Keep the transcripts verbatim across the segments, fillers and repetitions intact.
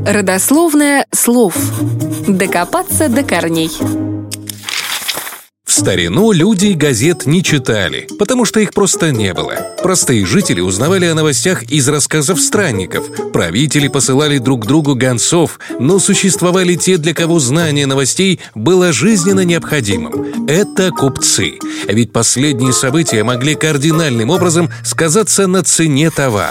Родословное слов. Докопаться до корней. В старину люди газет не читали, потому что их просто не было. Простые жители узнавали о новостях из рассказов странников. Правители посылали друг другу гонцов, но существовали те, для кого знание новостей было жизненно необходимым. Это купцы. Ведь последние события могли кардинальным образом сказаться на цене товара.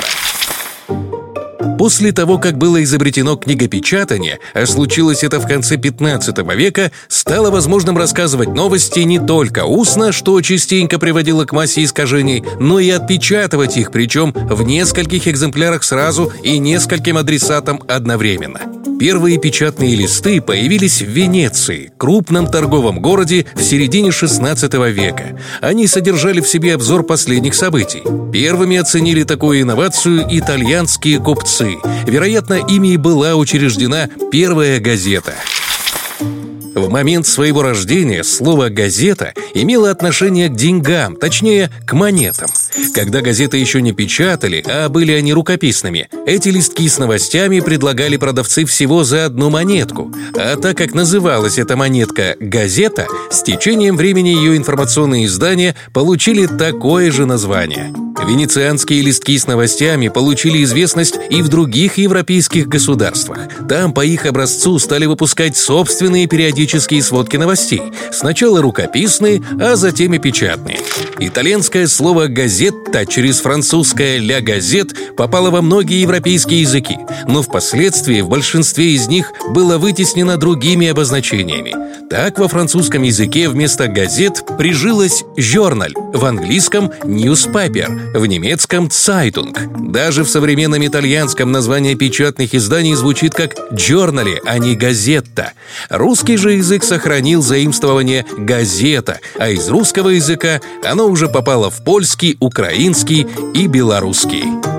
После того, как было изобретено книгопечатание, а случилось это в конце пятнадцатого века, стало возможным рассказывать новости не только устно, что частенько приводило к массе искажений, но и отпечатывать их, причем в нескольких экземплярах сразу и нескольким адресатам одновременно. Первые печатные листы появились в Венеции, крупном торговом городе в середине шестнадцатого века. Они содержали в себе обзор последних событий. Первыми оценили такую инновацию итальянские купцы. Вероятно, ими и была учреждена первая газета. В момент своего рождения слово «газета» имело отношение к деньгам, точнее, к монетам. Когда газеты еще не печатали, а были они рукописными, эти листки с новостями предлагали продавцы всего за одну монетку. А так как называлась эта монетка «газета», с течением времени ее информационные издания получили такое же название. Венецианские листки с новостями получили известность и в других европейских государствах. Там по их образцу стали выпускать собственные периодические сводки новостей. Сначала рукописные, а затем и печатные. Итальянское слово «газетта» через французское «ля газет» попало во многие европейские языки, но впоследствии в большинстве из них было вытеснено другими обозначениями. Так во французском языке вместо «газет» прижилось «журналь», в английском «newspaper», в немецком «Zeitung». Даже в современном итальянском название печатных изданий звучит как «джорнали», а не «газетта». Русский же язык сохранил заимствование «газета», а из русского языка оно уже попало в польский, украинский и белорусский.